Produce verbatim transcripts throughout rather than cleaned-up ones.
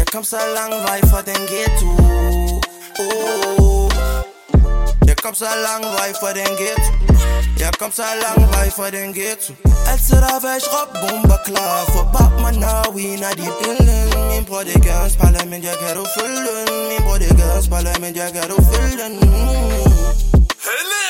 kom så lang vej fra den ghetto. Oh. Jeg kom så lang vej fra den ghetto. Jeg kom så lang vej fra den ghetto. Altid der væk råb bomber klar. For bag mig når vi når de billen. Min bror det gør en spejler, men jeg kan du følge den. Min bror det gør en spejler, men jeg kan du følge den. Helle!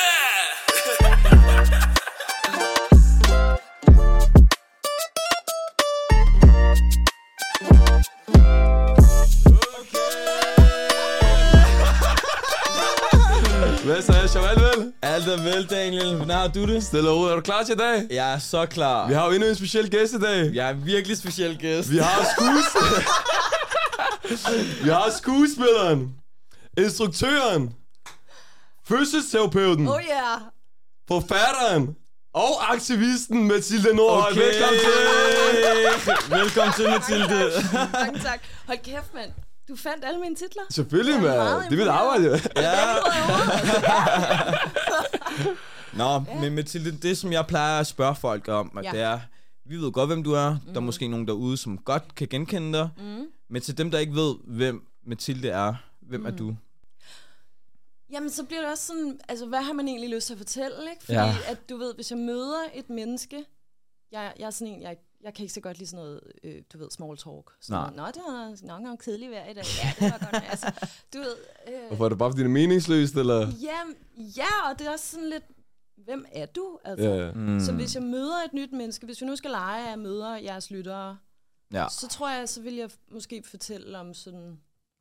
Hvad så, Asher? Alt vel? Alt er vel, Daniel. Hvordan har du det? Stille og roligt. Er du klar til i dag? Jeg er så klar. Vi har jo endnu en speciel gæst i dag. Jeg er en virkelig speciel gæst. Vi har skuespilleren. Vi har skuespilleren. Instruktøren. Fødselsterapeuten. Oh yeah. Forfatteren. Og aktivisten Mathilde Nordhøj. Okay. Velkommen til. Velkommen til, Mathilde. Mange tak. Hold kæft, mand. Du fandt alle mine titler? Selvfølgelig, mand. Det vil arbejde, jo. Ja. Nå, ja. Men Mathilde, det som jeg plejer at spørge folk om, ja. Det er, vi ved godt, hvem du er. Mm. Der er måske nogen derude, som godt kan genkende dig. Mm. Men til dem, der ikke ved, hvem Mathilde er, hvem mm. er du? Jamen, så bliver det også sådan, altså, hvad har man egentlig lyst til at fortælle, ikke? Fordi, ja. at du ved, hvis jeg møder et menneske, jeg, jeg er sådan en, jeg, jeg kan ikke så godt lide sådan noget, øh, du ved, small talk. Sådan, nå, det var nok en kedelig vejr i dag. Ja, det var godt, altså, du ved... Øh, Hvorfor er det bare, fordi det er meningsløst, eller? Ja, ja, og det er også sådan lidt, hvem er du? Altså, ja. mm. Så hvis jeg møder et nyt menneske, hvis vi nu skal lege, at jeg møder jeres lyttere, ja. Så tror jeg, så vil jeg måske fortælle om sådan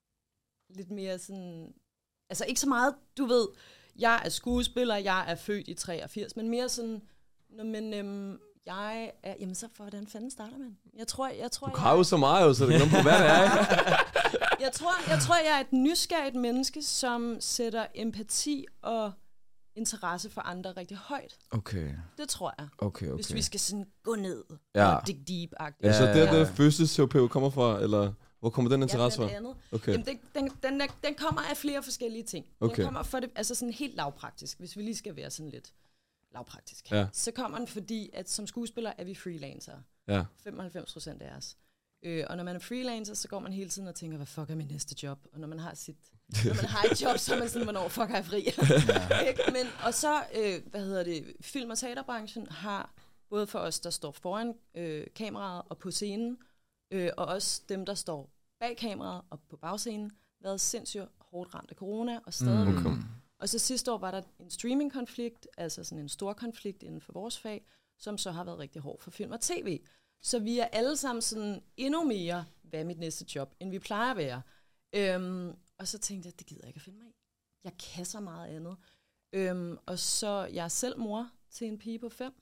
lidt mere sådan... Altså ikke så meget, du ved, jeg er skuespiller, jeg er født i treogfirs, men mere sådan, når man, øhm, jeg er, jamen så for hvordan fanden starter man? Jeg tror, jeg tror, du har jo så meget, jo, så det kan på, hvad det er, ikke? jeg, tror, jeg tror, jeg er et nysgerrigt menneske, som sætter empati og interesse for andre rigtig højt. Okay. Det tror jeg. Okay, okay. Hvis vi skal sådan gå ned ja. og dig deep-agtigt. Ja, så det er det fødselsterapeut kommer fra, eller... Hvor kommer den interesse fra? Ja, okay. Jamen, den, den, den, den kommer af flere forskellige ting. Okay. Den kommer for det, altså sådan helt lavpraktisk, hvis vi lige skal være sådan lidt lavpraktisk. Ja. Så kommer den, fordi at som skuespiller er vi freelancere. Ja. femoghalvfems procent af os. Øh, og når man er freelancer, så går man hele tiden og tænker, hvad fuck er min næste job? Og når man har sit, når man har et job, så er man sådan, hvornår fuck er jeg fri? Ja. Men, og så, øh, hvad hedder det, film- og teaterbranchen har, både for os, der står foran øh, kameraet og på scenen, øh, og også dem, der står bag kameraet og på bagscenen, været sindssygt hårdt ramt af corona, og stadig. Mm, okay. Og så sidste år var der en streaming-konflikt, altså sådan en stor konflikt inden for vores fag, som så har været rigtig hård for film og tv. Så vi er alle sammen sådan endnu mere, hvad er mit næste job, end vi plejer at være. Øhm, og så tænkte jeg, det gider jeg ikke at finde mig i. Jeg kan så meget andet. Øhm, og så jeg er selv mor til en pige på fem,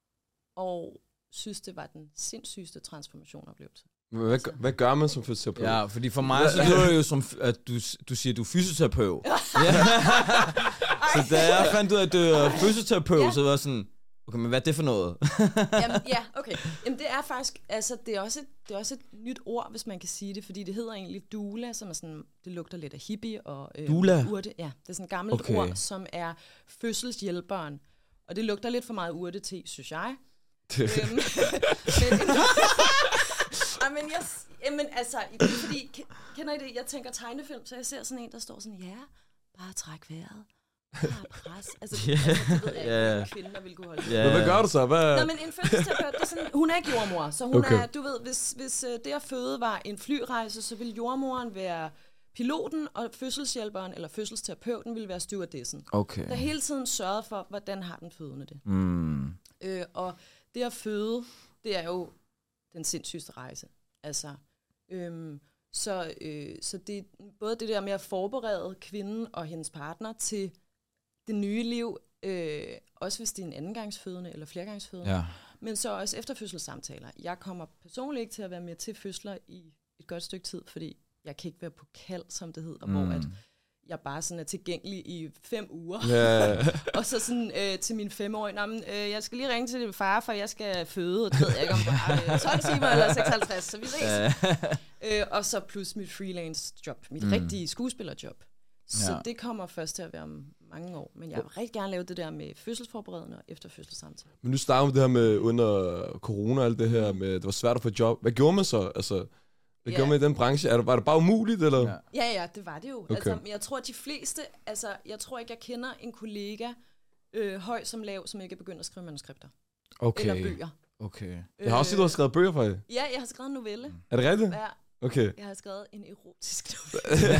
og synes, det var den sindssygeste transformationoplevelse. Hvad, gør, hvad gør man som fysioterapeut? Ja, fordi for mig så lyder det jo som, at du, du siger, at du er fysioterapeut. Ja. Så da jeg fandt ud af, at du er fysioterapeut, ja. Så var jeg sådan, okay, men hvad er det for noget? Jamen, ja, okay. Jamen, det er faktisk, altså, det er, også et, det er også et nyt ord, hvis man kan sige det, fordi det hedder egentlig doula, som er sådan, det lugter lidt af hippie og øh, doula? Urte. Ja, det er sådan et gammelt okay. ord, som er fødselshjælperen. Og det lugter lidt for meget urte-te, synes jeg. øhm, men jeg, jamen altså, fordi, kender I det? Jeg tænker tegnefilm, så jeg ser sådan en, der står sådan, ja, bare træk vejret. Bare pres. Altså, det, yeah. altså, det ved jeg ikke, yeah. Kvinder vil kunne holde det. Yeah. Hvad gør du så? Hvad? Nå, men en fødselsterapeut, det er sådan, hun er ikke jordmor, så hun okay. er, du ved, hvis, hvis uh, det at føde var en flyrejse, så vil jordmoren være piloten, og fødselshjælperen, eller fødselsterapeuten, vil være stewardessen. Okay. Der hele tiden sørger for, hvordan har den fødende det. Mm. Øh, og det at føde, det er jo den sindssygste rejse. Altså, øhm, så, øh, så det er både det der med at forberede kvinden og hendes partner til det nye liv, øh, også hvis det er en andengangsfødende eller flergangsfødende, ja. Men så også efterfødselssamtaler. Jeg kommer personligt ikke til at være med til fødsler i et godt stykke tid, fordi jeg kan ikke være på kald, som det hedder, mm. hvor at jeg bare sådan er tilgængelig i fem uger. Yeah. Og så sådan øh, til min femårige, Nå, men, øh, jeg skal lige ringe til din far, for jeg skal føde, og det ved jeg ikke om bare øh, tolv timer eller seksoghalvtreds, så vi ses. øh, og så plus mit freelance job, mit mm. rigtige skuespillerjob. Så ja. Det kommer først til at være om mange år. Men jeg vil rigtig gerne lave det der med fødselsforberedende og efterfødselssamtaler. Men nu starter vi det her med under corona og alt det her med, det var svært at få job. Hvad gjorde man så? Altså, Det Ja. gør man i den branche. Er det, var det bare umuligt, eller? Ja. Ja, ja, det var det jo. Okay. Altså, men jeg tror, at de fleste... Altså, jeg tror ikke, jeg kender en kollega, øh, høj som lav, som ikke er begyndt at skrive manuskripter. Okay. Eller bøger. Okay. Jeg har også set, du har skrevet bøger for jer. Ja, jeg har skrevet en novelle. Er det rigtigt? Ja, Okay. jeg har skrevet en erotisk novelle. Det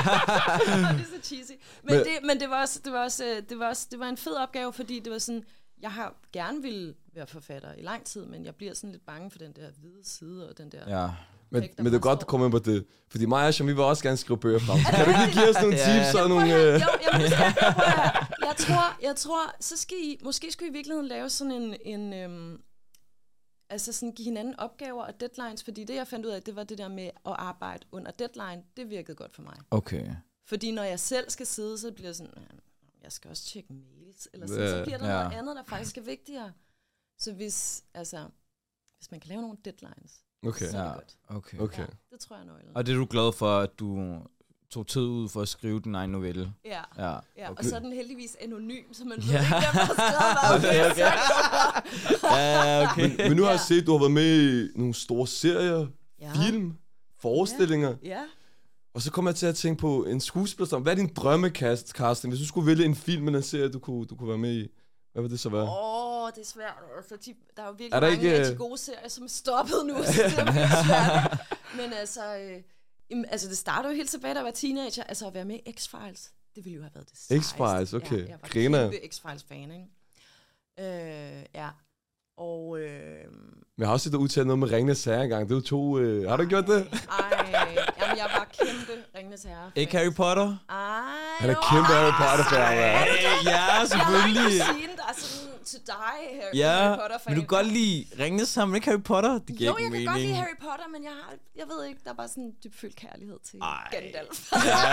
er så cheesy. Men, Men- det, men det var også, det var også, øh, det var også, det var en fed opgave, fordi det var sådan, jeg har gerne ville være forfatter i lang tid, men jeg bliver sådan lidt bange for den der hvide side og den der... Ja. Men, Perfekt, der men det er godt, forstår. du kommer ind på det. Fordi mig og Asham, vi vil også gerne skrive bøger frem. Kan du ikke lige give os nogle Ja. tips og Jo, nogle... prøv at høre. Øh... Jo, jamen, det skal jeg, prøv at høre. jeg tror, jeg tror, så skal I, måske skulle I i virkeligheden lave sådan en, en øhm, altså sådan give hinanden opgaver og deadlines, fordi det jeg fandt ud af, det var det der med at arbejde under deadline, det virkede godt for mig. Okay. Fordi når jeg selv skal sidde, så bliver det sådan, øh, jeg skal også tjekke mails, eller sådan, Ja. så bliver der Ja. noget andet, der faktisk er vigtigere. Så hvis, altså, hvis man kan lave nogle deadlines, Okay. så er det Ja. godt. Okay. Okay. Ja, det tror jeg er nøglen. Og det er du glad for, at du tog tid ud for at skrive din egen novelle? Ja. Ja. Ja, Okay. og så er den heldigvis anonym, så man ved Ja. ikke, hvem der har skrevet hvad. Okay, okay. Ja, okay. Men, men nu har jeg Ja. set, at du har været med i nogle store serier, Ja. film, forestillinger. Ja. Og så kommer jeg til at tænke på en skuespiller. som- Hvad er din drømmecasting? Hvis du skulle vælge en film eller en serie, du kunne, du kunne være med i, hvad vil det så være? Åh, oh, det er svært. Altså, de, der er jo virkelig Er der mange ikke, af de øh, gode serier, som er stoppet nu, så det er virkelig svært. Men altså, øh, jamen, altså, det startede jo helt tilbage, da jeg var teenager. Altså at være med i X-Files, det ville jo have været det sejeste. X-Files, okay. Ja, jeg var Griner. kæmpe X-Files-fan, ikke? Øh, ja. Og... Øh, Men jeg har også set dig udtale noget med Ringenes Herre engang. Det er jo to... Øh... Har du gjort det? ej, jamen, jeg var kæmpe Ringenes Herre. Ikke Harry Potter? Ej, Han er kæmpe Harry Potter-fan, Ja, Jeg selvfølgelig. har en kusine, der er sådan to die Harry, Ja, Harry Potter-fan. men du kan godt lide Ringnes sammen, ikke Harry Potter? Det giver Jo, ikke jeg kan mening. godt lide Harry Potter, men jeg har, jeg ved ikke, der er bare sådan en dybfølt kærlighed til Ej. Gandalf.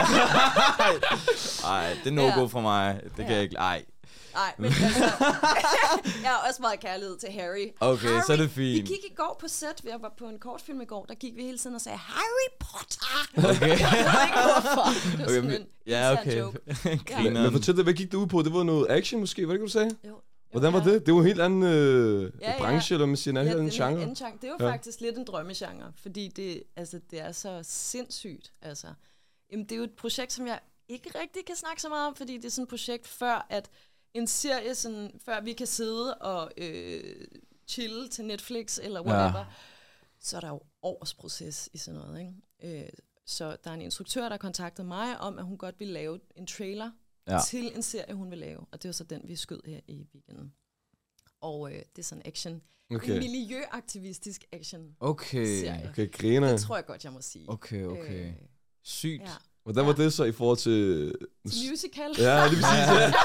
Ej, det er no-go Ja. for mig. Det kan Ja. jeg ikke. Ej. Nej, men altså, jeg har også meget kærlighed til Harry. Okay, Harry, så er det fint. Vi gik i går på set, jeg var på en kortfilm i går, der gik vi hele tiden og sagde, Harry Potter! Okay. Jeg ved ikke hvorfor. Det var Okay, sådan men, en ja, inside okay. joke. Men, Grineren. men fortæl dig, hvad gik det ud på? Det var noget action måske, var det ikke, du sagde? Jo. Hvordan var ja. det? Det var en helt anden øh, Ja, ja. branche, eller man siger, en Ja, helt anden det er en genre. anden genre. Det er jo Ja. ja. faktisk lidt en drømmegenre, fordi det, altså, det er så sindssygt. Altså. Jamen, det er jo et projekt, som jeg ikke rigtig kan snakke så meget om, fordi det er sådan et projekt, før at en serie, sådan, før vi kan sidde og øh, chille til Netflix eller whatever, ja. så er der jo års proces i sådan noget. Ikke? Øh, så der er en instruktør, der kontaktede mig om, at hun godt ville lave en trailer Ja. ja. til en serie, hun vil lave. Og det var så den, vi skød her i weekenden. Og øh, det er sådan action. Okay. En miljøaktivistisk action. Okay. Serie. Okay, griner. Det tror jeg godt, jeg må sige. Okay, okay. Øh, Sygt. ja. Hvordan var det så i forhold til... Til musical. Ja, lige præcis. Ja.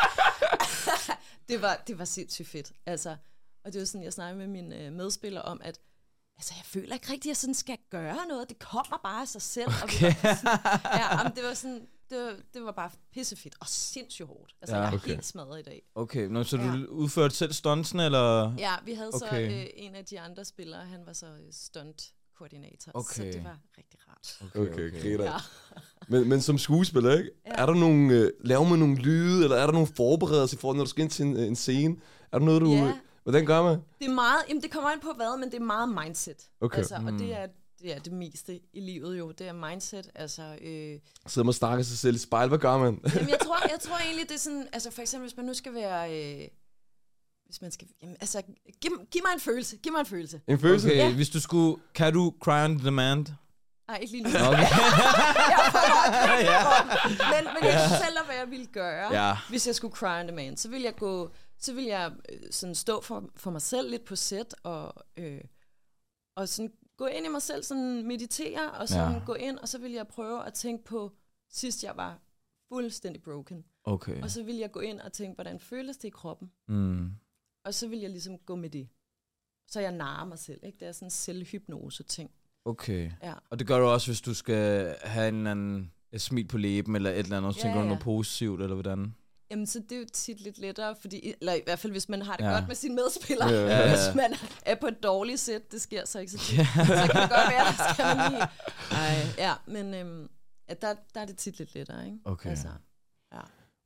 det, var, det var sindssygt fedt. Altså, og det var sådan, jeg snakkede med min øh, medspiller om, at altså, jeg føler ikke rigtigt, at jeg sådan skal gøre noget. Det kommer bare af sig selv. Okay. Og vi var sådan, ja, jamen, det var sådan... Det var, det var bare pissefedt og sindssygt hårdt. Altså, Ja, ja, jeg er okay. helt smadret i dag. Okay, nå, så du Ja. udførte selv stuntsene, eller? Ja, vi havde okay. Okay. så øh, en af de andre spillere, han var så øh, stunt-koordinator, Okay. så det var rigtig rart. Okay, griner. Ja. Men, men som skuespiller, ikke? Ja. Er der nogle... Øh, laver man nogle lyde, eller er der nogle forberedelser i forhold, når du skal ind til en, en scene? Er der noget, du... Ja. Hvordan gør man? Det er meget, jamen det kommer an på hvad, men det er meget mindset. Okay. Altså, Mm. og det er, det er det meste i livet jo, det er mindset. Altså, øh, Sidder man og snakker sig selv i spejl, hvad gør man? jamen jeg tror, jeg tror egentlig, det er sådan, altså for eksempel, hvis man nu skal være, øh, hvis man skal, jamen, altså, giv, giv mig en følelse, giv mig en følelse. En følelse? Okay, Ja. hvis du skulle... Kan du cry on demand? Nej, ikke lige nu. Okay. Jeg får Ja. men, men jeg kan fortælle dig, hvad jeg ville gøre, Ja. hvis jeg skulle cry on demand. Så ville jeg gå, så ville jeg øh, sådan stå for, for mig selv lidt på set, og, øh, og sådan gå ind i mig selv, sådan meditere, og sådan Ja. gå ind, og så ville jeg prøve at tænke på, sidst jeg var fuldstændig broken. Okay. Og så ville jeg gå ind og tænke, hvordan føles det i kroppen? Mm. Og så ville jeg ligesom gå med det. Så jeg narrer mig selv, ikke? Det er sådan en selvhypnose-ting. Okay. Ja. Og det gør du også, hvis du skal have en eller anden et smil på læben, eller et eller andet, så Ja, tænker du ja. noget positivt, eller hvordan? Jamen, så det er jo tit lidt lettere, fordi, eller i hvert fald, hvis man har det Ja. ja. godt med sine medspillere. Ja, ja, ja. Hvis man er på et dårligt sæt, det sker så ikke så tit. Ja. Så kan det godt være, der skal man lige... Ej, ja, men øhm, ja, der, der er det tit lidt lettere, ikke? Okay. Altså, ja.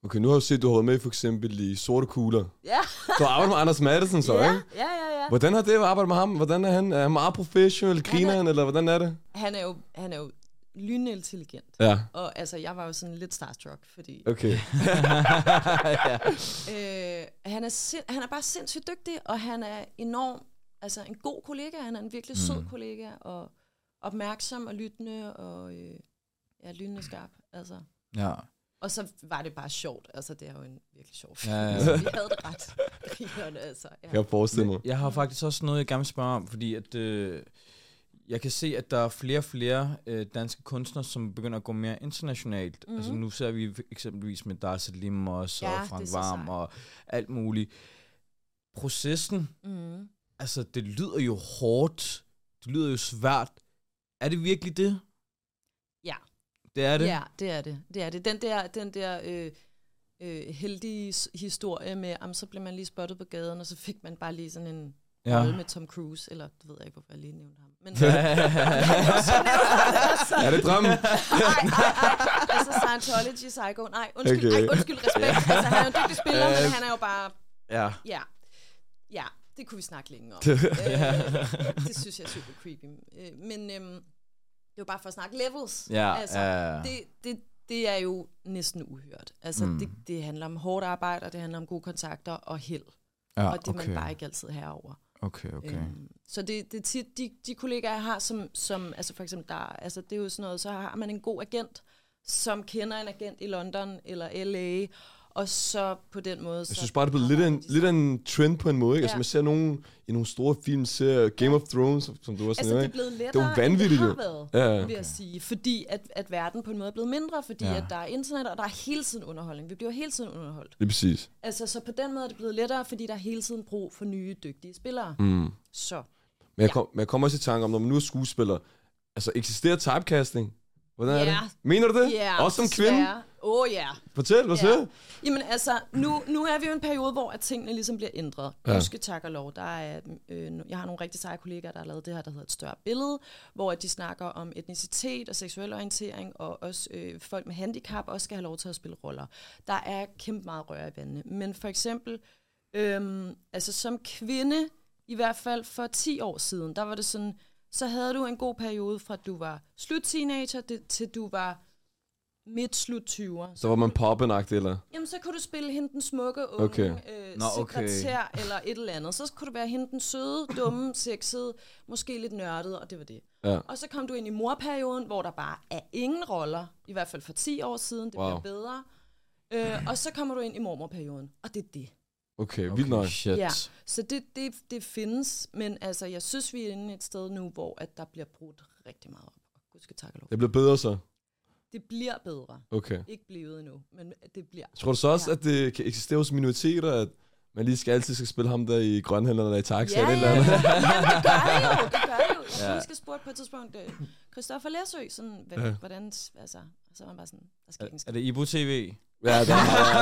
Okay, nu har jeg set, du har været med for eksempel i Sorte Kugler. Ja. Du har arbejdet med Anders Madsen, så, ja, ikke? ja, ja, ja. Hvordan har det at arbejde med ham? Hvordan er han? Er han meget professionel, grineren, eller hvordan er det? Han er jo, han er jo lynintelligent. Ja. Og altså, jeg var jo sådan lidt starstruck, fordi... Okay. ja. øh, han, er sind, han er bare sindssygt dygtig, og han er enorm, altså en god kollega. Han er en virkelig mm. sød kollega, og opmærksom og lyttende, og øh, ja, lynende skarp, altså. Ja. Og så var det bare sjovt. Altså, det er jo en virkelig sjov film. Ja, ja. Altså, vi havde det ret grinerne, altså. Ja. Jeg forestiller mig. Jeg har faktisk også noget, jeg gerne vil spørge om, fordi at, øh, jeg kan se, at der er flere og flere øh, danske kunstnere, som begynder at gå mere internationalt. Mm-hmm. Altså, nu ser vi eksempelvis med Dar Salim også, ja, og Frank Varm og alt muligt. Processen, mm. altså, det lyder jo hårdt. Det lyder jo svært. Er det virkelig det? Ja. Det er det? Ja, det er det. Det er det. Den der, den der øh, øh, heldige historie med, om så blev man lige spottet på gaden, og så fik man bare lige sådan en ja. rolle med Tom Cruise, eller det ved jeg ikke, hvorfor jeg lige nævnte ham. Men, er det drømmen? Nej, nej, nej. Altså Scientology, Psycho. Nej, undskyld, okay. ej, undskyld, respekt. Altså, han er jo en dygtig spiller, uh, men han er jo bare... Ja. Ja. Ja, det kunne vi snakke længe om. øh, det synes jeg er super creepy. Men øhm, det er jo bare for at snakke levels. Ja, altså, ja. Det, det, det er jo næsten uhørt. Altså, mm. det, det handler om hårdt arbejde, og det handler om gode kontakter og held. Ja, og det er okay. man bare ikke altid herover. Okay, okay. Øhm, så det, det er tit, de, de kollegaer, jeg har, som, som altså for eksempel, der, altså det er jo sådan noget, så har man en god agent, som kender en agent i London eller L A, og så på den måde... Jeg så synes bare, det er blevet lidt en, lidt en trend på en måde, ikke? Ja. Altså man ser nogen i nogle store film, ser Game of Thrones, som du også altså, nævner, det er blevet lettere, det er vanvittigt, end det har været, ja, ja. vil Okay. jeg sige. Fordi at, at verden på en måde er blevet mindre, fordi ja. at der er internet, og der er hele tiden underholdning. Vi bliver hele tiden underholdt. Det er præcis. Altså, så på den måde er det blevet lettere, fordi der er hele tiden brug for nye, dygtige spillere. Mm. Så, Men jeg, kom, men jeg kommer også i tanke om, når man nu er skuespiller, altså eksisterer typecasting? Hvordan er yeah. det? Mener du det? Yeah, også som kvinde? Åh oh, ja. Yeah. Fortæl, hvad yeah. siger? Jamen altså, nu, nu er vi jo i en periode, hvor at tingene ligesom bliver ændret. Ja. Huske tak og lov. Der er, øh, jeg har nogle rigtig seje kollegaer, der har lavet det her, der hedder Et Større Billede, hvor de snakker om etnicitet og seksuel orientering, og også øh, folk med handicap også skal have lov til at spille roller. Der er kæmpe meget røre i vandene. Men for eksempel, øh, altså som kvinde, i hvert fald for ti år siden, der var det sådan, så havde du en god periode fra du var slut teenager til du var midt-slut tyver. Så var man poppen-agtig, eller? Jamen, så kunne du spille hende den smukke unge okay. øh, Nå, okay. sekretær eller et eller andet. Så kunne du være hende den søde, dumme, sexede, måske lidt nørdede, og det var det. Ja. Og så kom du ind i morperioden, hvor der bare er ingen roller, i hvert fald for ti år siden, det wow. bliver bedre. Øh, og så kommer du ind i mormorperioden, og det er det. Okay, okay, vildt nok. Shit. Ja, så det, det, det findes, men altså, jeg synes, vi er inde et sted nu, hvor at der bliver brudt rigtig meget op. Gud skal takke lov. Det bliver bedre så? Det bliver bedre. Okay. Ikke blevet endnu, men det bliver. Tror du så også, ja. at det kan eksistere hos minoriteter, at man lige skal altid skal spille ham der i grønhænderne, der i taxa ja, eller ja, eller andet? Ja, ja, det gør det jo. Det gør det jo. Jeg ja. ja. skal spurgte på et tidspunkt uh, Christoffer Læsø, sådan, hvad, ja. hvordan, altså, så var man bare sådan, der skal er, er det Ibo T V? Ja, det er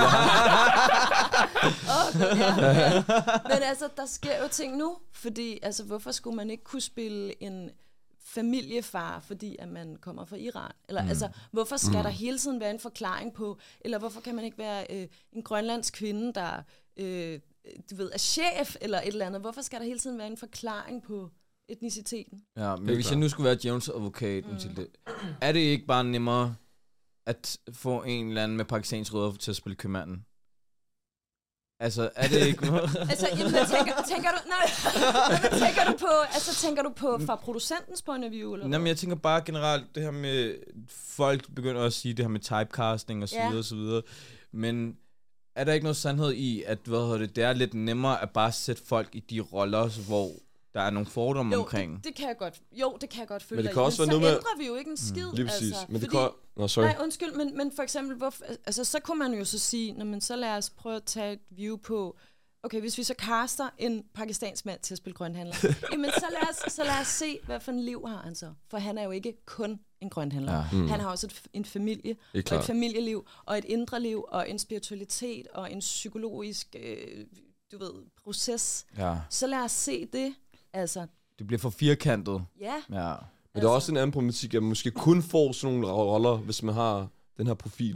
okay, ja, ja. Men altså, der sker jo ting nu, fordi, altså, hvorfor skulle man ikke kunne spille en familiefar, fordi at man kommer fra Iran? Eller mm. altså, hvorfor skal mm. der hele tiden være en forklaring på, eller hvorfor kan man ikke være øh, en grønlandsk kvinde, der øh, du ved, er chef, eller et eller andet? Hvorfor skal der hele tiden være en forklaring på etniciteten? Ja, men hvis jeg nu skulle være Jones advokaten mm. til det, er det ikke bare nemmere at få en eller anden med pakistansk rødder til at spille købmanden? Altså, er det ikke... altså, jamen, tænker, tænker du... Nej, hvad tænker du på? Altså, tænker du på fra producentens point of view, eller Nej, men jeg tænker bare generelt, det her med... Folk begynder at sige det her med typecasting og så videre, ja. og så videre. Men er der ikke noget sandhed i, at hvad hedder det, det er lidt nemmere at bare sætte folk i de roller, hvor der er nogle fordomme jo, omkring? Det, det kan jeg godt. Jo, det kan jeg godt føle. Men det kan også men være så noget med... ændrer vi jo ikke en skid. Mm. Lige præcis. Altså, men det fordi, kan... Nå, sorry. Nej, undskyld, men, men for eksempel, hvorfor, altså, så kunne man jo så sige, når man så lad os prøve at tage et view på, okay, hvis vi så caster en pakistansk mand til at spille grønhandler, jamen så lad, os, så lad os se, hvad for en liv har han så. For han er jo ikke kun en grønhandler. Ja. Mm. Han har også et, en familie, og et familieliv, og et indre liv, og en spiritualitet, og en psykologisk, øh, du ved, proces. Ja. Så lad os se det. Altså, det bliver for firkantet. Ja. Ja. Men der er også en anden problematik, at man måske kun får sådan nogle roller, hvis man har den her profil, ikke?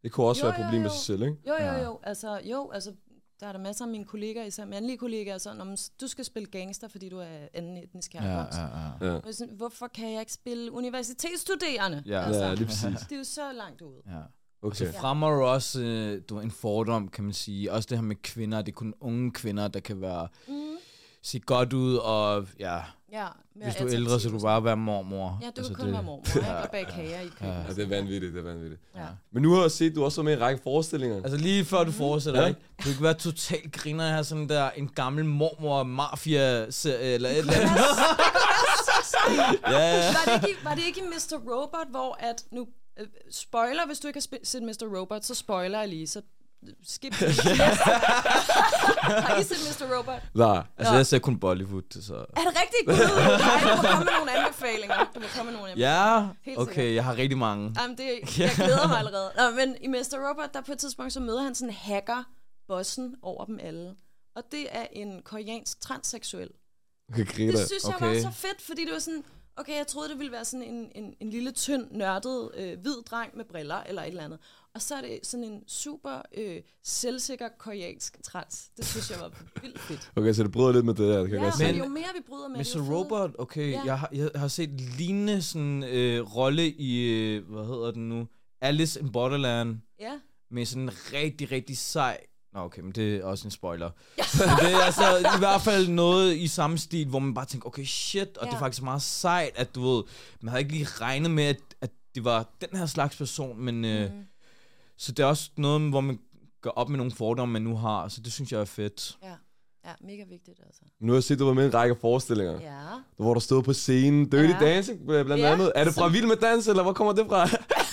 Det kunne også Jo, være et problem jo, med jo. sig selv, ikke? Jo, jo, Ja. jo. Altså, jo, altså, der er der masser af mine kollegaer, især mandlige kollegaer, sådan, om du skal spille gangster, fordi du er anden etnisk Ja, herkomst. ja, ja. Ja. Og sådan, hvorfor kan jeg ikke spille universitetsstuderende? Ja. Altså, Ja, lige præcis. det er jo så langt ud. ja. Okay. Så fremmer du også øh, du, en fordom, kan man sige. Også det her med kvinder. Det er kun unge kvinder, der kan være Mm. se godt ud, og ja, Ja, hvis du er ældre, så kan du bare være mormor. Ja, du altså, kan kun det, være mormor, ikke? Og bage kager i køkkenet. Ja, det er vanvittigt, det er vanvittigt. Ja. Men nu har jeg set, at du også var med i en række forestillinger. Altså lige før du fortsætter, Ja. ikke? Du kan ikke være totalt griner her, sådan der en gammel mormor mafia eller et eller andet. ja, ja. Var det, ikke, i- var det ikke i mister Robot, hvor at nu... Øh, spoiler, hvis du ikke har sp- set mister Robot, så spoiler jeg lige, så skip det. Har I set mister Robot? Nej. Altså, Nå. jeg ser kun Bollywood, så... Er det rigtigt? Gud, nej, du må komme med nogle anbefalinger. Du må komme med nogle anbefalinger. Ja, Helt okay, sikkert. jeg har rigtig mange. Jamen, det, jeg glæder mig allerede. Nå, men i mister Robot, der på et tidspunkt, så møder han sådan en hacker-bossen over dem alle. Og det er en koreansk transseksuel. Okay, griner. Det synes jeg Okay. var så fedt, fordi det var sådan, okay, jeg troede, det ville være sådan en, en, en lille, tynd, nørdet, øh, hvid dreng med briller, eller et eller andet. Og så er det sådan en super øh, selvsikker koreansk trans. Det synes jeg var vildt fedt. Okay, så det bryder lidt med det der, det kan jeg Ja, godt se. men Men- jo mere vi bryder med mister det, jo federe. Robot, okay, Ja. jeg, har, jeg har set lignende sådan øh, rolle i, øh, hvad hedder den nu? Alice in Borderland, Ja. med sådan en rigtig, rigtig sej... Nå, okay, men det er også en spoiler. Men det er altså i hvert fald noget i samme stil, hvor man bare tænker, okay, shit, og Ja. det er faktisk meget sejt, at du ved, man havde ikke lige regnet med, at, at det var den her slags person, men øh, Mm. så det er også noget, hvor man går op med nogle fordomme, man nu har, så det synes jeg er fedt. Ja. Ja, mega vigtigt, altså. Nu har jeg set, at du var med i en række forestillinger. Ja. Hvor du stod på scenen. Dirty Ja. Dancing, blandt Ja. andet. Er det fra Vild med Dans, eller hvor kommer det fra?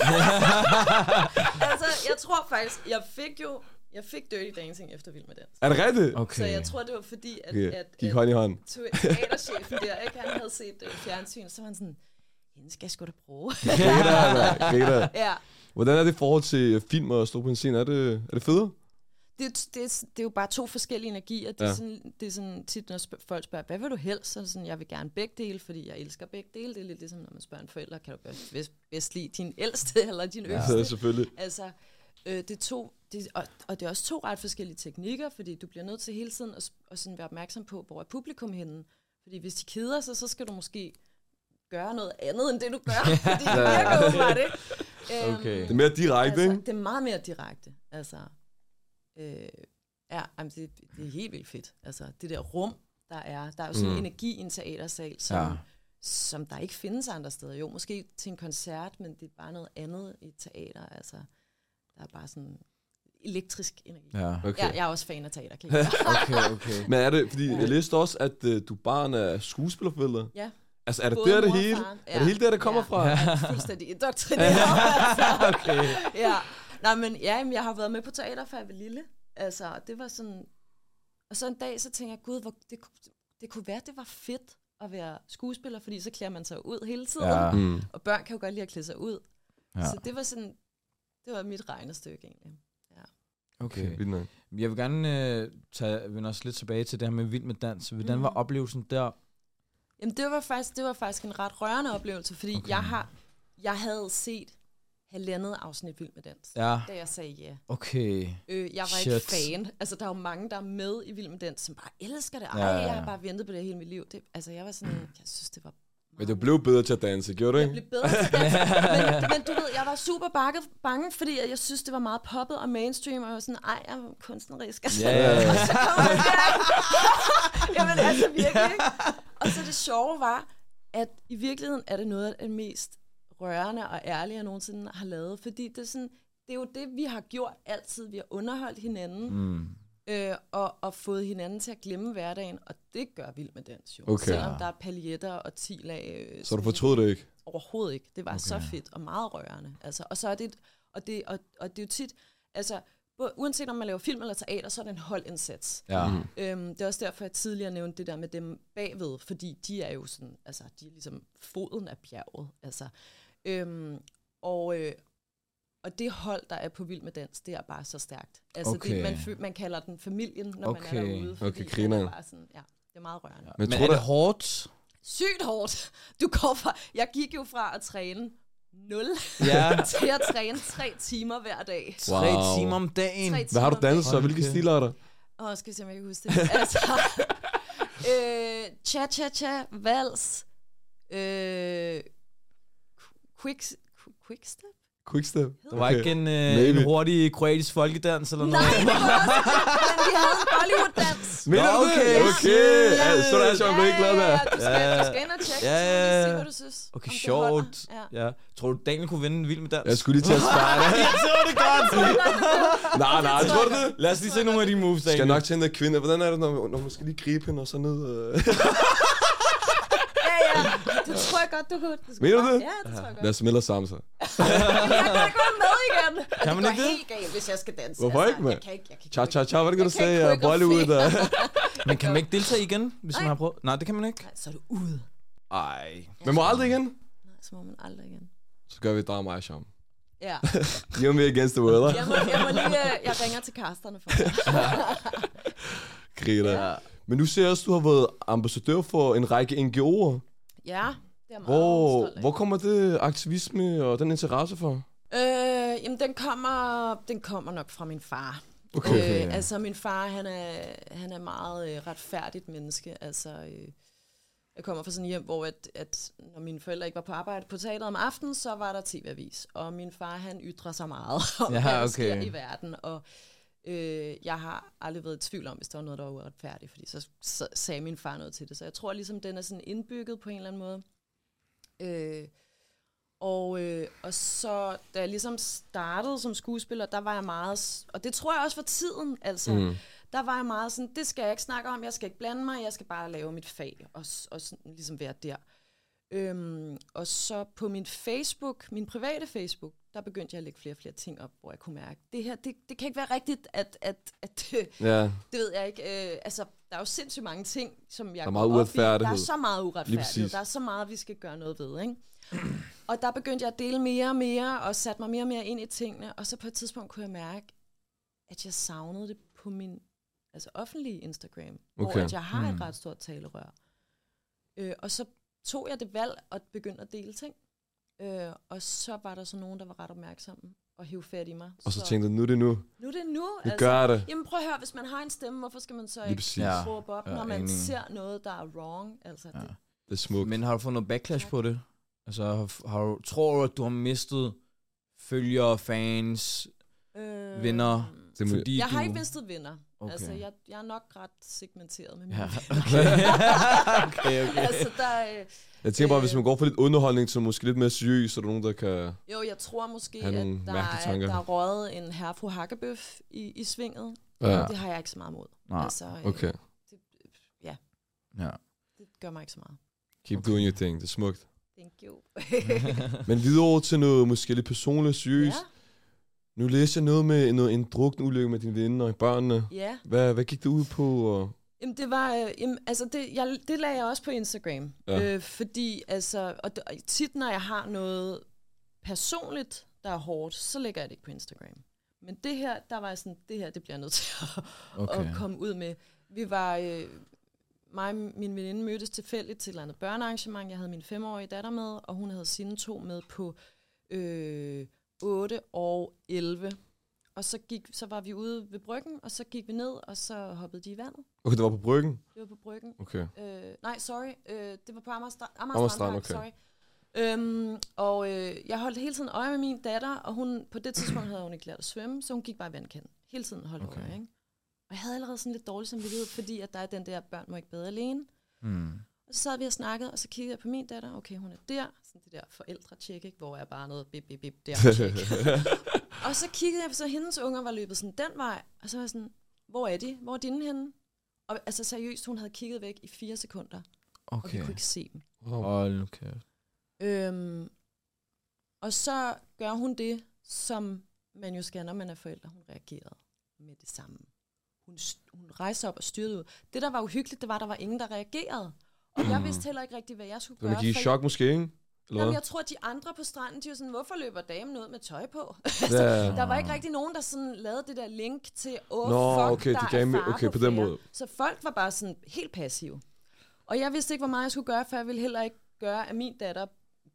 Altså, jeg tror faktisk, jeg fik jo, jeg fik Dirty Dancing efter Vild med Dans. Er det rigtigt? Okay. Så jeg tror, det var fordi, at, Okay. at, Gik at hånd i hånd. teaterchefen der, ikke, han havde set uh, fjernsyn, så var han sådan, hende skal jeg sgu da bruge. Griner, mand. Griner. Ja, Hvordan er det i forhold til øh, film og stå på en scene? Er det, er det federe? det, det, det er jo bare to forskellige energier. Det er, Ja. sådan, det er sådan tit, når spørg, folk spørger, hvad vil du helst? Så er det sådan, jeg vil gerne begge dele, fordi jeg elsker begge dele. Det er lidt ligesom, når man spørger en forælder, kan du bedst, bedst, bedst lide din ældste eller din Ja, yngste? selvfølgelig. Altså, øh, det er to, det, og, og det er også to ret forskellige teknikker, fordi du bliver nødt til hele tiden at, s- at sådan være opmærksom på, hvor er publikum henne. Fordi hvis de keder sig, så skal du måske gøre noget andet, end det du gør, fordi det virker åbenbart ikke. Øhm, Okay. Det er mere direkte, altså, ikke? det er meget mere direkte. Altså, øh, ja, jamen, det, det er helt vildt fedt. Altså, det der rum, der er, der er jo sådan en Mm. energi i en teatersal, som, Ja. ja. som der ikke findes andre steder. Jo, måske til en koncert, men det er bare noget andet i et teater. Altså, der er bare sådan elektrisk energi. Ja. Okay. Ja, jeg er også fan af teater, kan jeg Okay, okay. Men er det, fordi jeg læste også, at uh, du barn er skuespillerforældre. Ja. Altså, er det Både der, det mor og hele? faren. Er det hele der, det kommer ja. fra? Ja, jeg er fuldstændig indoktrineret. altså. Okay. Ja. Nej, men ja, jamen, jeg har været med på teater, før jeg var lille. Altså, det var sådan... Og så en dag, så tænkte jeg, gud, hvor, det, kunne- det kunne være, det var fedt at være skuespiller, fordi så klæder man sig ud hele tiden. Ja. Mm. Og børn kan jo godt lide at klæde sig ud. Ja. Så det var sådan... Det var mit regnestykke, egentlig. Okay. Vildt nok. Jeg vil gerne øh, tage, vende os lidt tilbage til det her med Vild med Dans. Hvordan var Mhm. oplevelsen der? Jamen, det var faktisk, det var faktisk en ret rørende oplevelse, fordi Okay. okay. jeg, har, jeg havde set halvandet afsnit Vild med Dans, Ja, da jeg sagde ja. okay. Øh, jeg var Shit. ikke fan. Altså, der er jo mange, der er med i Vild med Dans, som bare elsker det. Ej, Ja, ja, ja. jeg har bare ventet på det hele mit liv. Det, altså, jeg var sådan, jeg synes, det var Men du blev bedre til at danse, gjorde du Jeg ikke? blev bedre til det. men, men du ved, jeg var super bange, bange fordi jeg synes, det var meget poppet og mainstream, og jeg var sådan, ej, jeg er kunstnerisk. Altså, Ja, ja, ja. Og så kommer man der. Jamen altså virkelig, ikke? Og så det sjove var, at i virkeligheden er det noget af det mest rørende og ærlige, jeg nogensinde har lavet. Fordi det er, sådan, det er jo det, vi har gjort altid. Vi har underholdt hinanden, Mm. øh, og, og fået hinanden til at glemme hverdagen, og det gør Vild med Dans jo. Okay. Selvom der er paljetter og ti lag. Øh, Så du sådan- fortrød det ikke? Overhovedet ikke. Det var Okay. okay. så fedt og meget rørende. Altså, og så er det, og det, og, og det er jo tit, altså, både, uanset om man laver film eller teater, så er det en holdindsats. Ja. Mm. Øhm, det er også derfor, jeg tidligere nævnte det der med dem bagved, fordi de er jo sådan, altså, de er ligesom foden af bjerget. Altså, øhm, og, øh, og det hold, der er på Vild med Dans, det er bare så stærkt. Altså, Okay. det, man, fø- man kalder den familien, når Okay. man er derude. Fordi Okay, den grineren. er bare sådan, ja, det er meget rørende. Men, tror er du- det hårdt? Sygt hårdt. Du går fra, jeg gik jo fra at træne nul Ja. til at træne tre timer hver dag. Tre Wow. timer om dagen. Tre Hvad har du timer om danset så? dagen. Hvilke Okay. stiler er der? Åh, skal vi se, om jeg kan huske det. Altså, øh, cha-cha-cha, vals, øh, quick, quickstep? Quickstep? Der var ikke en, øh, Maybe. en hurtig kroatisk folkedans eller Nej, noget? det var også, men vi havde en Bollywood-dans. Mener Nå, du det? okay. Okay. Ja. Ja, så er det sjovt, du er ikke glad ja, der. ja, du skal, Ja. du skal ind og tjekke, Ja, så må ja, lige se, ja. hvad du synes. Okay, om det sjovt. holder. Ja. Ja. Tror du, Daniel kunne vinde en vild med dans? Jeg skulle lige til at spare det. Jeg så det godt. Nej, nej, tror du det? Lad os lige se nogle af de moves, Skal jeg Daniel. nok til den kvinde. Hvordan er det, når, når man skal lige gribe hende og så ned? Øh? Ja, ja, det tror jeg godt, du kunne. Du skal Mener du bare- det? Ja, det tror jeg godt. Lad os melde os sammen så. Jeg kan ikke være med igen. Og Kan man det ikke går det? helt galt, hvis jeg skal danse. Hvorfor ikke, mand? Jeg kan ikke, jeg kan ikke. Cha, cha, cha, hvad er det, du Jeg kan sagde? ikke Ja, Bollywood. koreografere. Der. Men kan man ikke deltage igen, hvis man Nej. har prøvet? Nej, det kan man ikke. Nej, så er du ude. Ej. Men må aldrig igen? Nej, så må man aldrig igen. Så gør vi dig og mig sammen. Ja. You and me against the world, Jeg må, jeg må lige, øh, jeg ringer til kasterne for dig. Greta. Ja. Men nu ser jeg også, at du har været ambassadør for en række N G O'er. Ja, det er meget Hvor, stolt af. hvor kommer det aktivisme og den interesse fra? Øh, jamen, den kommer, den kommer nok fra min far. Okay. Okay. Øh, altså, min far, han er, han er meget øh, retfærdigt menneske. Altså, øh, jeg kommer fra sådan et hjem, hvor at, at når mine forældre ikke var på arbejde på teateret om aftenen, så var der T V-avis. Og min far, han ytrer sig meget om, Ja, hvad der okay. sker i verden. Og øh, jeg har aldrig været i tvivl om, hvis der var noget, der var uretfærdigt, fordi så, så sagde min far noget til det. Så jeg tror ligesom, den er sådan indbygget på en eller anden måde. Øh, og, øh, og så, da jeg ligesom startede som skuespiller, der var jeg meget, og det tror jeg også for tiden, altså, Mm. der var jeg meget sådan, det skal jeg ikke snakke om, jeg skal ikke blande mig, jeg skal bare lave mit fag, og, og sådan, ligesom være der. Øhm, og så på min Facebook, min private Facebook, der begyndte jeg at lægge flere og flere ting op, hvor jeg kunne mærke, det her, det, det kan ikke være rigtigt, at, at, at Ja, det ved jeg ikke, øh, altså, der er jo sindssygt mange ting, som jeg er går meget op i. uretfærdighed. Der er så meget Lige uretfærdighed, præcis. der er så meget, vi skal gøre noget ved, ikke? Og der begyndte jeg at dele mere og mere, og satte mig mere og mere ind i tingene, og så på et tidspunkt kunne jeg mærke, at jeg savnede det på min altså offentlige Instagram, hvor Okay. at jeg har Mm. et ret stort talerør. Øh, og så tog jeg det valg at begynde at dele ting. Øh, og så var der så nogen, der var ret opmærksomme og hævde fat i mig. og så tænkte jeg, nu er det nu. nu er det nu. Vi gør det. Jamen prøv at høre, hvis man har en stemme, hvorfor skal man så Lige ikke præcis. Ja. råbe op, Ja, når man enig. ser noget, der er wrong? Altså, Ja. det, Det er smukt. Men har du fået noget backlash på det? Altså, har, har du, tror du, at du har mistet følgere, fans, øh, venner? Det må- Fordi Jeg du... har ikke mistet venner. Okay. Altså, jeg, jeg er nok ret segmenteret med mine Ja, venner. okay. okay, okay. Altså, der, øh, Jeg tænker bare, Øh. hvis man går for lidt underholdning, så måske lidt mere seriøs, så er der nogen, der kan... jo, jeg tror måske, Have at nogle der mærkelige er, tanker. der er røget en herre fru Hakkebøf i, i svinget. Ja, Det har jeg ikke så meget mod. Nej, Altså, øh, okay. det, ja, ja. det gør mig ikke så meget. Keep doing your thing. Det er smukt. Thank you. Men videre over til noget måske lidt personligt seriøst. ja, Nu læser jeg noget med noget, en drukneulykke med dine venner og børnene. ja. Hvad, hvad gik det ud på? Og... Jamen, det var, øh, jamen, altså det, jeg, det lagde jeg også på Instagram. Ja. Øh, fordi, altså, og d- og tit når jeg har noget personligt, der er hårdt, så lægger jeg det ikke på Instagram. Men det her, der var jeg sådan, det her, det bliver jeg nødt til at, Okay. at komme ud med. Vi var, øh, mig og min veninde mødtes tilfældigt til et eller andet børnearrangement. Jeg havde min femårige datter med, og hun havde sine to med på øh, otte og elleve. Og så, gik, så var vi ude ved bryggen, og så gik vi ned, og så hoppede de i vandet. Okay, det var på bryggen? Det var på bryggen. Okay. Øh, nej, sorry. Øh, det var på Amager, Stra- Amager, Amager Strandpark, Strand, sorry. Øhm, og øh, jeg holdt hele tiden øje med min datter, og hun, på det tidspunkt havde hun ikke lært at svømme, så hun gik bare i vandkanten. Hele tiden holdt Okay. øje, ikke? Og jeg havde allerede sådan lidt dårlig samvittighed, fordi at der er den der, børn må ikke bade alene. Hmm. Og så sad vi og snakkede, og så kiggede jeg på min datter. Okay, hun er der. Sådan det der forældre-tjek, ikke? Hvor er barnet bip, bip, bip, der tjek. Og så kiggede jeg, så hendes unger var løbet sådan den vej. Og så var jeg sådan, hvor er de? Hvor er dine henne? Og altså seriøst, hun havde kigget væk i fire sekunder, og vi Okay. kunne ikke se dem. Wow. Hold nu kæft. Øhm, og så gør hun det, som man jo skal, når man er forældre. Hun reagerede med det samme. Hun, hun rejste op og styrede ud. Det, der var uhyggeligt, det var, at der var ingen, der reagerede. Og jeg vidste heller ikke rigtig, hvad jeg skulle Så gøre. man gik i for chok måske, ikke? Eller Jamen, hvad? jeg tror, at de andre på stranden, de var sådan, hvorfor løber damen ud med tøj på? Ja. Der var ikke rigtig nogen, der sådan lavede det der link til, åh, oh, Nå, fuck, okay, der det er gav me- fare okay, på den færde. måde. Så folk var bare sådan helt passive. Og jeg vidste ikke, hvor meget jeg skulle gøre, for jeg ville heller ikke gøre, at min datter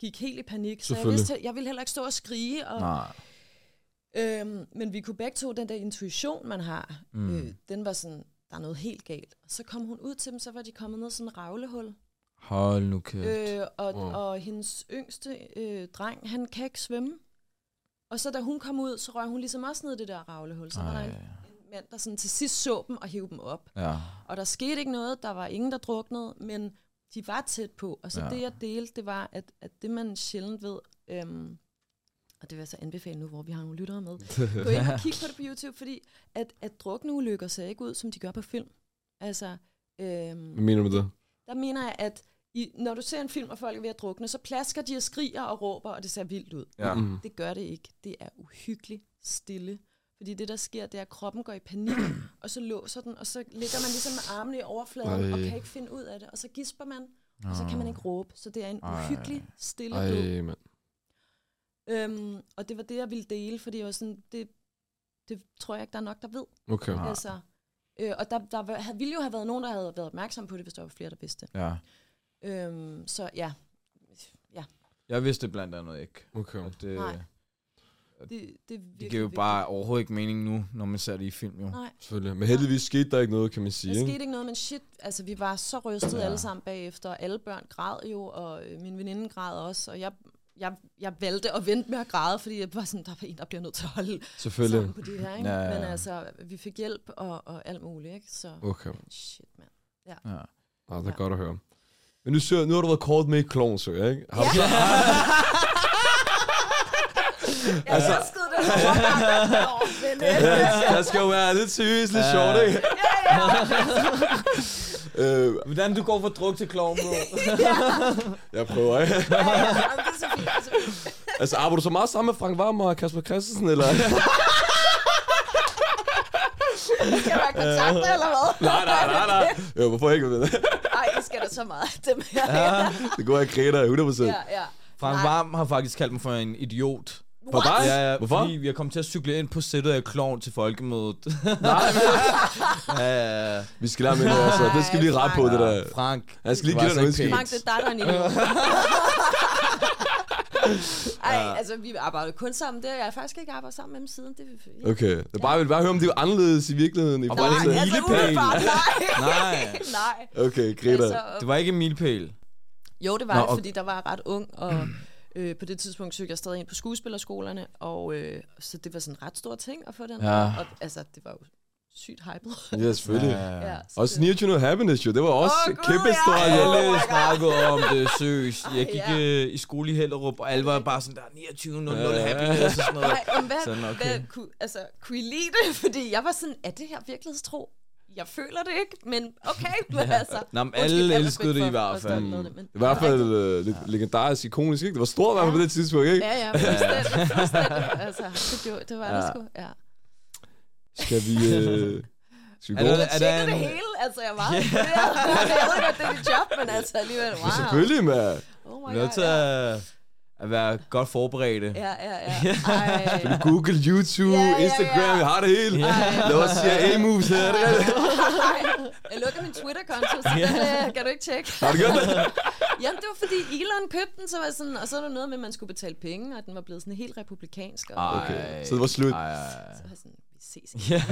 gik helt i panik. Så jeg vidste, jeg ville heller ikke stå og skrige. Og, Nej. Øhm, men vi kunne begge to, den der intuition, man har, Mm. øh, den var sådan, der er noget helt galt. Og så kom hun ud til dem, så var de kommet ned i sådan en ravlehul. Hold nu kæft. Øh, og, Wow. og hendes yngste øh, dreng, han kan ikke svømme. Og så da hun kom ud, så røg hun ligesom også ned i det der ravlehul. Så var der en, en mand, der sådan til sidst så dem og hævde dem op. Ja. Og der skete ikke noget, der var ingen, der druknede, men de var tæt på. Og så Ja. det, jeg delte, det var, at, at det man sjældent ved, øhm, og det vil jeg så anbefale nu, hvor vi har nogle lyttere med, gå ind og kig på det på YouTube, fordi at, at drukneulykker ser ikke ud, som de gør på film. Altså, øhm, Hvad mener du med det? der mener jeg, at i, når du ser en film, og folk er ved at drukne, så plasker de og skriger og råber, og det ser vildt ud. Ja. Mm. Det gør det ikke. Det er uhyggeligt stille. Fordi det, der sker, det er, at kroppen går i panik, og så låser den, og så ligger man ligesom med armene i overfladen, Ej. og kan ikke finde ud af det. Og så gisper man, og så kan man ikke råbe. Så det er en Ej. uhyggelig stille død. Ej, mand. Øhm, og det var det, jeg ville dele, fordi jeg var sådan, det, det tror jeg ikke, der er nok, der ved. Okay. Nej. Altså, øh, og der, der var- ville jo have været nogen, der havde været opmærksom på det, hvis der var flere, der vidste det. Ja. Øhm, så ja, Jeg vidste det blandt andet ikke. Okay. Og det, Nej. det, det, er det virkelig giver jo vigtigt. bare overhovedet ikke mening nu, når man ser det i film, jo. Nej. Selvfølgelig. Men heldigvis skete der ikke noget, kan man sige. Der Ikke? skete ikke noget, men shit, altså vi var så rystet Ja. ja. alle sammen bagefter, og alle børn græd jo, og øh, min veninde græd også, og jeg, jeg, jeg valgte at vente med at græde, fordi jeg var sådan, der var en, der bliver nødt til at holde Selvfølgelig. sammen på det her, ikke? Ja, ja, ja. Men altså, vi fik hjælp og, og alt muligt, ikke? Så, Okay. men shit, mand. Ja. Ah, det er Ja. godt at høre. Men nu, søger, nu har du været kort med i Klovnsø, ikke? Har du Ja. Jeg Altså- elskede det her. Åh, veninde. Der skal jo være lidt seriøst, lidt Ja. sjovt, ikke? øh, Hvordan du går fra druk til klovn, bro? jeg prøver, ikke? Ja, ja, jamen, det er så fint, det er så fint. Altså, arbejder du så meget sammen med Frank Varm og Kasper Christensen, eller? Skal jeg være kontakter, eller hvad? nej, nej, nej, nej. Jo, hvorfor ikke? Ej, I skal da så meget af dem her. Det går jeg Greta, hundrede procent. Ja, ja. Frank Nej. Varm har faktisk kaldt mig for en idiot. For dig? Ja, ja, Hvorfor? fordi vi er kommet til at cykle ind på sættet af klovn til folkemødet. Nej, ja, ja. Vi skal lære med det, altså. Det skal vi lige rette på, det der. Frank. Jeg skal lige det give var dig altså noget ikke Frank, det er dig, der er en idiot. Ej, altså, vi arbejdede kun sammen. Det har jeg faktisk ikke arbejdet sammen med dem siden. Det er Okay. Jeg bare vil bare høre, om det er anderledes i virkeligheden. I Og forhold var til- det en altså, milepæl? umiddelbart, nej. Nej. Nej. Okay, Greta. Altså, Det var ikke en milepæl. jo, det var Nå, det, og- fordi der var jeg ret ung, og øh, på det tidspunkt søgte jeg stadig ind på skuespillerskolerne, og øh, så det var sådan en ret stor ting at få den. Ja. der. Og altså, det var jo sygt hyped. Ja, selvfølgelig. Ja, så Også det- niogtyvende Happiness, jo. Det var også Åh, oh, Gud, kæmpe ja. stor. Oh Alle my God. snakkede om det seriøst. Jeg gik Ja. øh, i skole i Hellerup, og alle var bare sådan der niogtyve nul nul Ja, ja, ja. happiness og sådan noget. Nej, men hvad, Sådan, okay. hvad kunne, altså, kunne I lide det? Fordi jeg var sådan, er det her virkelighedstro? Jeg føler det ikke, men okay. Men altså, Nå, men undskyld, alle al elskede respekt det i for- hvert for fald. stolt med det, men- I hvert fald uh, lidt legendarisk, ikonisk, ikke? Det var stort i hvert fald på det tidspunkt, ikke? Ja, ja, fuldstændig, fuldstændig. Altså, det, gjorde, det var det Ja. sgu, ja. Skal vi... Uh, skal vi Er gå? der- Jeg er der tjekkede det en- hele, altså jeg var yeah. Jeg ved godt, det er dit job, men altså alligevel, wow. Selvfølgelig, mand. Oh Vi my er nødt god, til ja. at, at være godt forberedte. Ja, ja, ja. Ej. Google, YouTube, Ja, ja, ja. Instagram, vi har det hele. Ej. Lad os C I A-moves her, er det rigtigt? Ej. Jeg lukker min Twitter-konto, så den, øh, kan du ikke tjekke? Har du gjort det? Jamen, det var fordi Elon købte den, så var jeg sådan, og så er der noget med, at man skulle betale penge, og den var blevet sådan helt republikansk. Og, Ej. Okay, så det var slut. Ej, ej, ej. så var jeg sådan, vi ses ikke.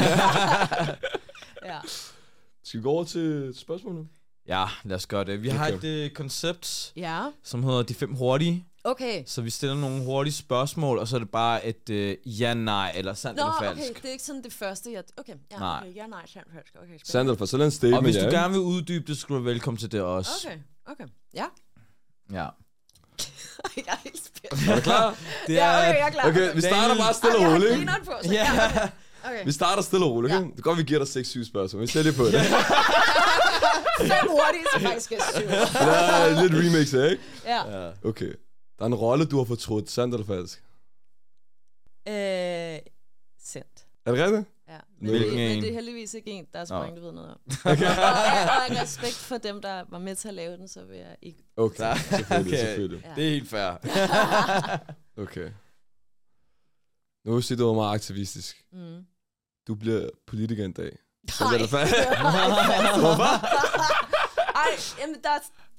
Ja. Skal vi gå over til spørgsmålet? Ja, lad os gøre det. Vi har Okay. et uh, koncept, Ja, som hedder De Fem Hurtige. okay. Så vi stiller nogle hurtige spørgsmål, og så er det bare et uh, ja, nej, eller sandt Nå, eller okay, falsk. det er ikke sådan det første, jeg... Okay, ja, Nej. okay, ja, nej, sandt, falsk. Okay, spændende. Sandal, for så lad en statement, Og hvis ja, du ikke? gerne vil uddybe det, så skal du være velkommen til det også. Okay, okay, ja. Ja. Jeg er helt spændt. Er du klar? Det Ja, okay, er, jeg er klar. Okay, vi starter bare stille og Ej, roligt, jeg ikke? har grineren på, så Ja. ja. okay. Okay. Vi starter stille og roligt, ikke? Ja. Det er godt, vi giver dig seks syv spørgsmål. Vi ser lige på det. Fem hurtige, så faktisk er syv. Der er lidt remix her, ikke? Ja. ja. Okay. Der er en rolle, du har fortrudt. Sandt eller falsk? Øh, sendt. Er det rigtigt? Ja. Men, Hvilken det, men en? det er heldigvis ikke en, der er så Nå. mange, du ved noget om. Okay. og, og af respekt for dem, der var med til at lave den, så vil jeg ikke... Okay, selvfølgelig, Okay. selvfølgelig. Ja. Det er helt fair. Okay. Nu vil jeg sige, du var meget aktivistisk. Mm. Du bliver politiker en dag. Nej. Sandt eller falsk? Hvorfor? Ej, jamen der er,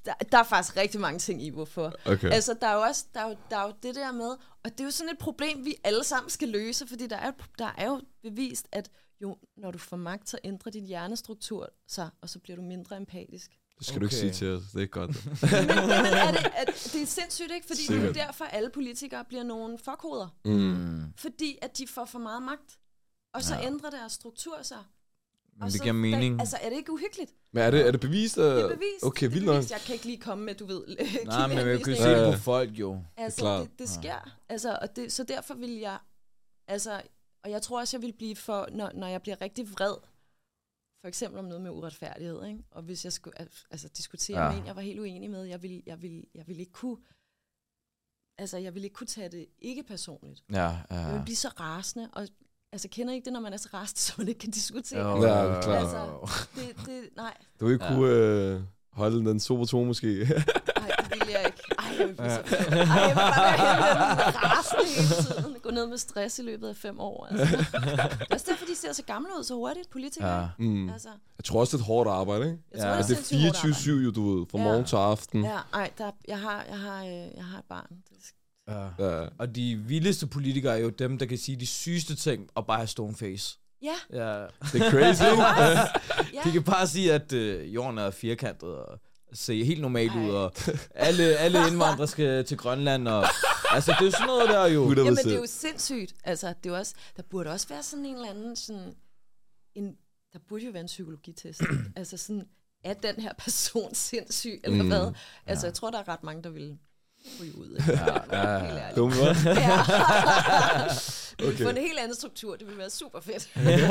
der, der er faktisk rigtig mange ting i, hvorfor. Okay. Altså, der er, jo også, der, er jo, der er jo det der med, og det er jo sådan et problem, vi alle sammen skal løse, fordi der er, der er jo bevist, at jo, når du får magt, så ændrer din hjernestruktur sig, og så bliver du mindre empatisk. Det skal okay. du ikke sige til os. Det er ikke godt. men, men er det, er, det er sindssygt, ikke? Fordi Sikkert. det er derfor, alle politikere bliver nogle fuckhoveder. Mm. Fordi at de får for meget magt. Og så ja. ændrer deres struktur sig. Men det giver mening. Der, altså, er det ikke uhyggeligt? Men er det, er det bevist? Uh... Det er bevist. Okay, vildt nok. Jeg kan ikke lige komme med, du ved... Nej, men jeg kan se det på folk, jo. Altså, det, det sker. Ja. Altså, og det, så derfor vil jeg... Altså, og jeg tror også, jeg vil blive for... Når, når jeg bliver rigtig vred, for eksempel om noget med uretfærdighed, ikke? Og hvis jeg skulle altså, diskutere ja. med en, jeg var helt uenig med, jeg ville, jeg ville, jeg ville ikke kunne... Altså, jeg ville ikke kunne tage det ikke personligt. Ja, ja. Jeg ville blive så rasende, og altså, kender I ikke det, når man er så rasende, så man ikke kan diskutere? Jo, ja, det er klart. Altså, det, det, nej. Du vil ikke ja. kunne øh, holde den super tone, måske? Nej, det vil jeg ikke. Ej, jeg vil blive så fedt. Ej, jeg vil bare være rasende hele tiden. Gå ned med stress i løbet af fem år. Altså. Det er også derfor, de ser så gamle ud så hurtigt, politikere. Ja. Mm. Altså. Jeg tror også, det er et hårdt arbejde, ikke? Jeg tror, ja. det er fireogtyve syv, jo, du ved, fra ja. morgen til aften. Ja, ej, der, jeg, har, jeg, har, jeg har et barn. Det Ja. Ja. Og de vildeste politikere er jo dem, der kan sige de sygeste ting og bare have stone face. Ja. Ja. Det er crazy. ja. De kan bare sige, at øh, jorden er firkantet og se helt normalt Ej. ud, og alle, alle indvandrere skal til Grønland. Og, altså, det er jo sådan noget der jo. Jamen, det er jo sindssygt. Altså, det er også, der burde også være sådan en eller anden... Sådan, en, der burde jo være en psykologitest. altså sådan, er den her person sindssyg, eller mm. hvad? Altså, ja. jeg tror, der er ret mange, der vil... ud. Ja, ja, ja. Dumme, hva'? Ja. Okay. Få en helt anden struktur, det ville være super fedt.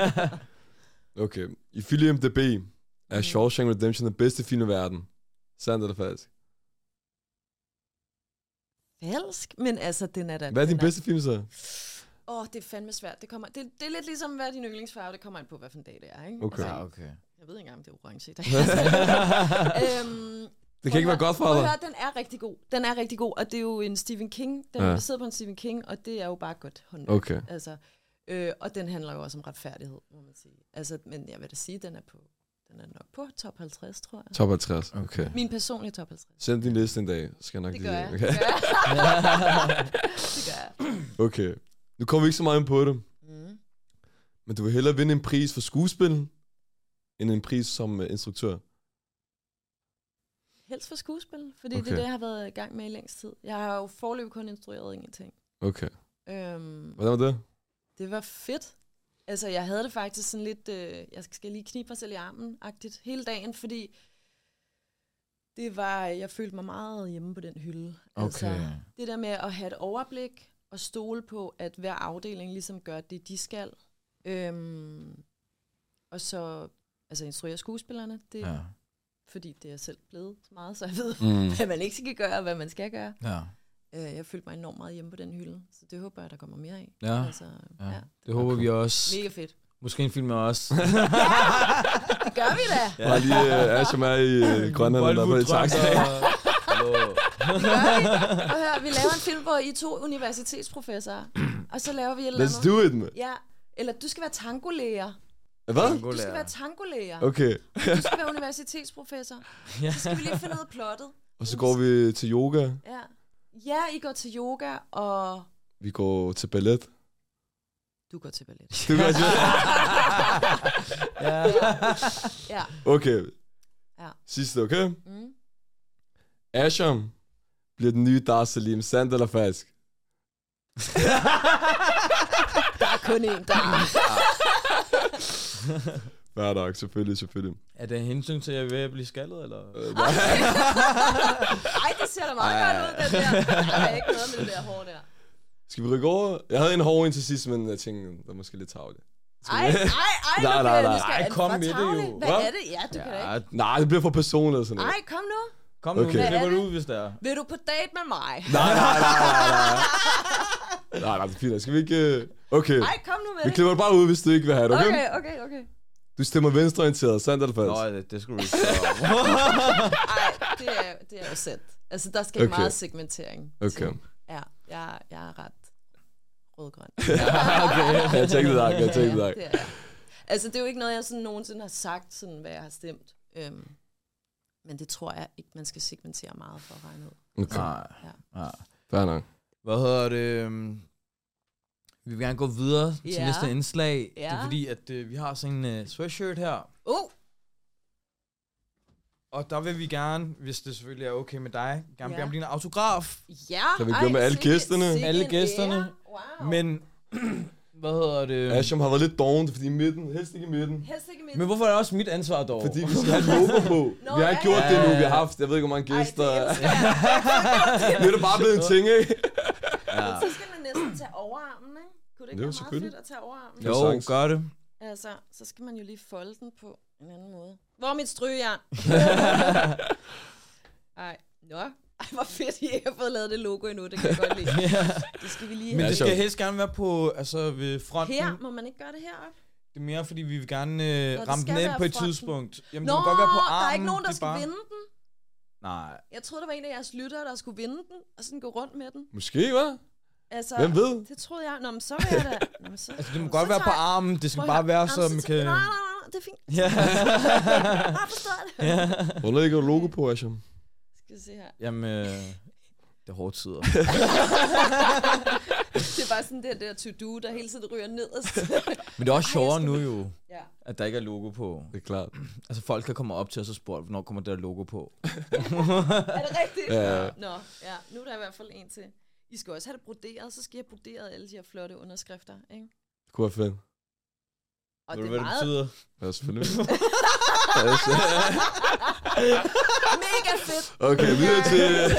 Okay. Ifølge I M D B er mm. Shawshank Redemption den bedste film i verden. Sandt eller falsk? Falsk? Men altså, den er da... Hvad er din er... bedste film så? Åh, oh, det er fandme svært. Det, kommer... det, det er lidt ligesom, hvad er din yndlingsfarve? Det kommer an på, hvad for en dag det er, ikke? Okay. Altså, ja, okay. Jeg ved ikke engang, om det er orange i dag. øhm, det kan ikke være godt for dig. Den er rigtig god. Den er rigtig god, og det er jo en Stephen King. Den ja. er baseret på en Stephen King, og det er jo bare godt håndværk. Okay. Altså, øh, og den handler jo også om retfærdighed, må man sige. Altså, men jeg vil da sige, den er på, den er nok på top halvtreds, tror jeg. Top halvtreds, okay. Min personlige top halvtreds. Send din liste en dag, så skal jeg nok det lige... Gør jeg. Okay. Det gør jeg. Det gør jeg. Okay. Nu kommer vi ikke så meget ind på det. Mm. Men du vil hellere vinde en pris for skuespil, end en pris som uh, instruktør? Helst for skuespil, fordi okay. det er det, jeg har været i gang med i længst tid. Jeg har jo foreløbig kun instrueret ingenting. Okay. Øhm, Hvordan var det? Det var fedt. Altså, jeg havde det faktisk sådan lidt, øh, jeg skal lige knibe mig selv i armen-agtigt hele dagen, fordi det var, jeg følte mig meget hjemme på den hylde. Okay. Altså, det der med at have et overblik og stole på, at hver afdeling ligesom gør det, de skal. Øhm, og så, altså instruere skuespillerne, det ja. fordi det er selv blevet meget, så jeg ved, mm. hvad man ikke skal gøre, og hvad man skal gøre. Ja. Øh, jeg følte mig enormt meget hjemme på den hylde, så det håber jeg, der kommer mere af. Ja, altså, ja. ja. Det håber vi også. Mega fedt. Måske en film med os. Ja, det gør vi da. Bare lige uh, Asher med i uh, Grønland, der på det taxa. Og hør, vi laver en film, hvor I er to universitetsprofessorer, og så laver vi et eller andet. Let's do it, man. Ja, eller du skal være tangolæger. Hvad? Du skal være tangolæger. Okay. Du skal være universitetsprofessor. Så skal vi lige finde ud af plottet. Og så går vi til yoga. Ja. Ja, I går til yoga, og... Vi går til ballet. Du går til ballet. Du går til ja. ja. Okay. Ja. Sidste, okay? Mm. Asher bliver den nye Dar Salim. Sandt eller falsk? Der er kun én der. Hver dag, selvfølgelig, selvfølgelig. Er det en hensyn til, at jeg er ved at blive skaldet, eller? Nej, det ser da meget Ej. godt ud, det der. Der er ikke noget med det der hår der. Skal vi rykke over? Jeg havde en hård en til sidst, men jeg tænkte, det var måske lidt tavligt. Ej, ej, ej, nej, nej, nej. Ej, kom med det jo. Hvad er det? Ja, du ja. kan da ikke. Nej, det bliver for personligt og sådan noget. Ej, kom nu. Kom nu, okay. klipper du ud, hvis det er. Vil du på date med mig? Nej, nej, nej, nej, nej. Nej, nej, det er fint. Skal vi ikke... Okay. Ej, kom nu med vi klipper det bare ud, hvis du ikke vil have det, okay? Okay, okay, okay. Du stemmer venstreorienteret, sandt eller falsk? Nå, det, det skulle du ikke Ej, det er, det er jo sandt. Altså, der skal okay. meget segmentering okay. til. Ja, jeg, jeg er ret rødgrøn. Ja, okay. Jeg tænkte dig, jeg tænkte dig. Ja, det er. Altså, det er jo ikke noget, jeg sådan nogensinde har sagt, sådan, hvad jeg har stemt. Øhm, Men det tror jeg ikke, man skal segmentere meget for at regne ud. Okay. Nej. Ja. Nej. Fair nok. Hvad hedder det? um, Vi vil gerne gå videre Ja. til næste indslag. Ja. Det er fordi, at uh, vi har sådan en uh, sweatshirt her. Uh! Og der vil vi gerne, hvis det selvfølgelig er okay med dig, gerne Ja. bede om din autograf. Ja! Kan vi gøre med alle gæsterne? Alle gæsterne. Wow. Men, hvad hedder det? Asham har været lidt doven, fordi i midten, helst ikke i midten. Helst ikke mit. Men hvorfor er det også mit ansvar dog? Fordi vi skal have et logo på. Nå, Vi har ikke ja, gjort ja, det ja. nu, vi har haft, jeg ved ikke, hvor mange gæster. Ej, det elsker jeg. Nu er det bare blevet en ting, ikke? Ja. Så skal man næsten tage overarmen, ikke? Kunne det ikke Jo, være meget selvfølgelig. fedt at tage overarmen? Jo, sagtens. gør det. Altså, så skal man jo lige folde den på en anden måde. Hvor er mit strygejern? Ej, nå. Ej, hvor fedt, I ikke har fået lavet det logo endnu. Det kan jeg godt lide. Det skal vi lige Men have. det skal helst gerne være på, altså ved fronten. Her, må man ikke gøre det heroppe? Det er mere, fordi vi vil gerne øh, det ramme skal den ind være på et fronten. tidspunkt. Jamen, Nå, det må godt være på armen. der er ikke nogen, der det er skal bare... vinde den. Nej. Jeg troede, der var en af jeres lyttere, der skulle vinde den, og sådan gå rundt med den. Måske, hva'? Altså, Hvem ved? det troede jeg. Nå, men så vil jeg da... Nå, men så, Altså, det må så godt være på tager jeg- armen. Det skal Prøv at bare høre. være, Nå, så man tager- kan... Nej, nej, nej, det er fint. Ja. Jeg har forstået det. Ja. Hvor ligger du logo på, Asham? Skal vi se her. Jamen, øh, det er hårde tider. Det er bare sådan der, der to-do, der hele tiden ryger nederst. Men det er også Ej, sjovere jeg nu skal- jo, Ja. at der ikke er logo på. Det er klart. Altså, folk kan komme op til os og spørge, hvornår kommer der logo på? Er det rigtigt? Ja. Nå, ja. Nu er der i hvert fald en til. I skal også have det broderet, så skal jeg have broderet alle de her flotte underskrifter, ikke? Det kunne være fedt. Og Ved det du, er hvad det meget... betyder? Ja, selvfølgelig. Mega fedt! Okay, videre til...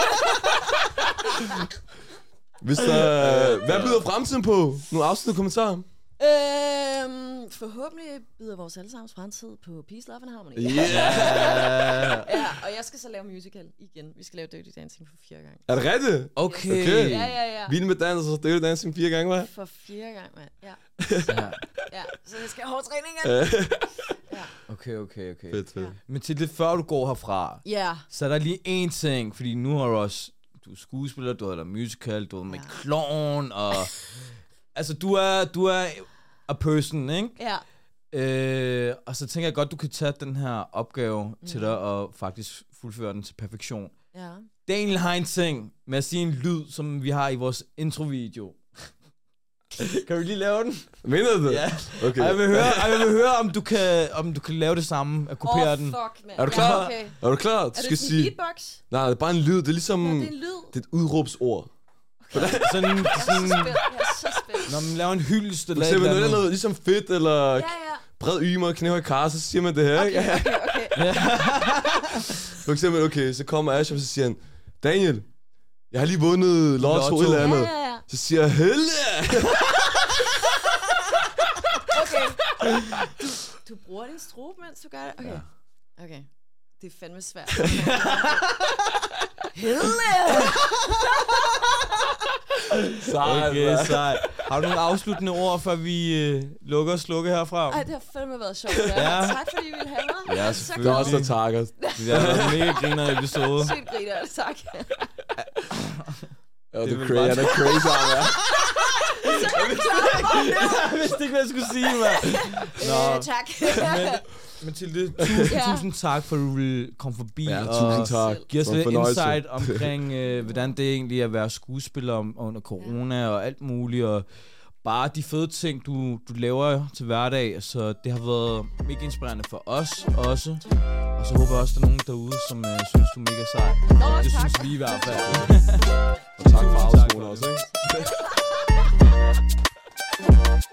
Hvis der... Hvad byder fremtiden på? Nogle afsluttende kommentarer? Øhm, forhåbentlig byder vores allesammens fremtid på Peace, Love and Harmony. Yeah! Ja, og jeg skal så lave musical igen. Vi skal lave Dirty Dancing for fire gange. Er det rigtigt? Okay. Okay. Ja, ja, ja. Vild med dans og Dirty Dancing fire gange, hva'? For fire gange, mand. Ja. Ja. Ja, så jeg skal have hård træning igen. Ja. Okay, okay, okay. Fedt, fedt. Men til det før du går herfra, Ja. så er der lige en ting, fordi nu har du også, du er skuespiller, du har lavet musical, du har med Ja. klovn, og altså du er, du er a person, ikke? Ja. Øh, og så tænker jeg godt, du kan tage den her opgave mm. til dig og faktisk fuldføre den til perfektion. Ja. Daniel har en ting med at sige en lyd, som vi har i vores introvideo. Kan du lige lave den? Mener du det? Ja. Okay. Ej, jeg vil høre, ej, jeg vil høre om, du kan, om du kan lave det samme, at kopiere Åh, oh, den. fuck, man. Er du klar? Ja, okay. Er du klar? Du Er skal det sådan sige... en beatbox? Nej, det er bare en lyd. Det er ligesom... Ja, det er en lyd. Det er et udråbsord. Sådan, Jeg er så sådan, spændt. Jeg er så spændt. når man laver en hyldest For eller et eksempel, eller når det er andet. noget ligesom fedt, eller Ja, ja. bred ymer, knæhøj kar, så siger man det her, ikke? Okay, okay, okay. For eksempel, okay, så kommer Ash, og så siger han, Daniel, jeg har lige vundet lotto Lotto. eller Ja, andet. ja, ja. Så siger jeg, Helle! Okay. Du, du bruger din strobe, mens du gør det? Okay. Okay. Det er fandme svært. Helle! Okay, sej. Har du nogle afsluttende ord, før vi øh, lukker og slukker herfra? Ej, det har fandme været sjovt. Ja. Ja. Tak fordi I ville have mig. Ja, Så selvfølgelig. Det er også der takker. Det har været en mega griner episode. sygt griner, tak. Ja, Det det vil er crazy, bare- han er crazy, han er. Jeg vidste ikke, hvad jeg skulle sige, mand. Nå, Øh, tak. men, Mathilde, tusind, Ja. tusind tak, for at du ville komme forbi Ja, og tusind tak. give os Det var lidt en fornøjelse. insight omkring, øh, hvordan det egentlig er at være skuespiller om, under corona og alt muligt, og bare de fede ting, du, du laver til hverdag. Så det har været mega inspirerende for os også. Og så håber jeg også, der er nogen derude, som øh, synes, du er mega sej. Nå, Det tak. synes vi i hvert fald. Og tak for Tusind tak afslutten for også, det. ikke?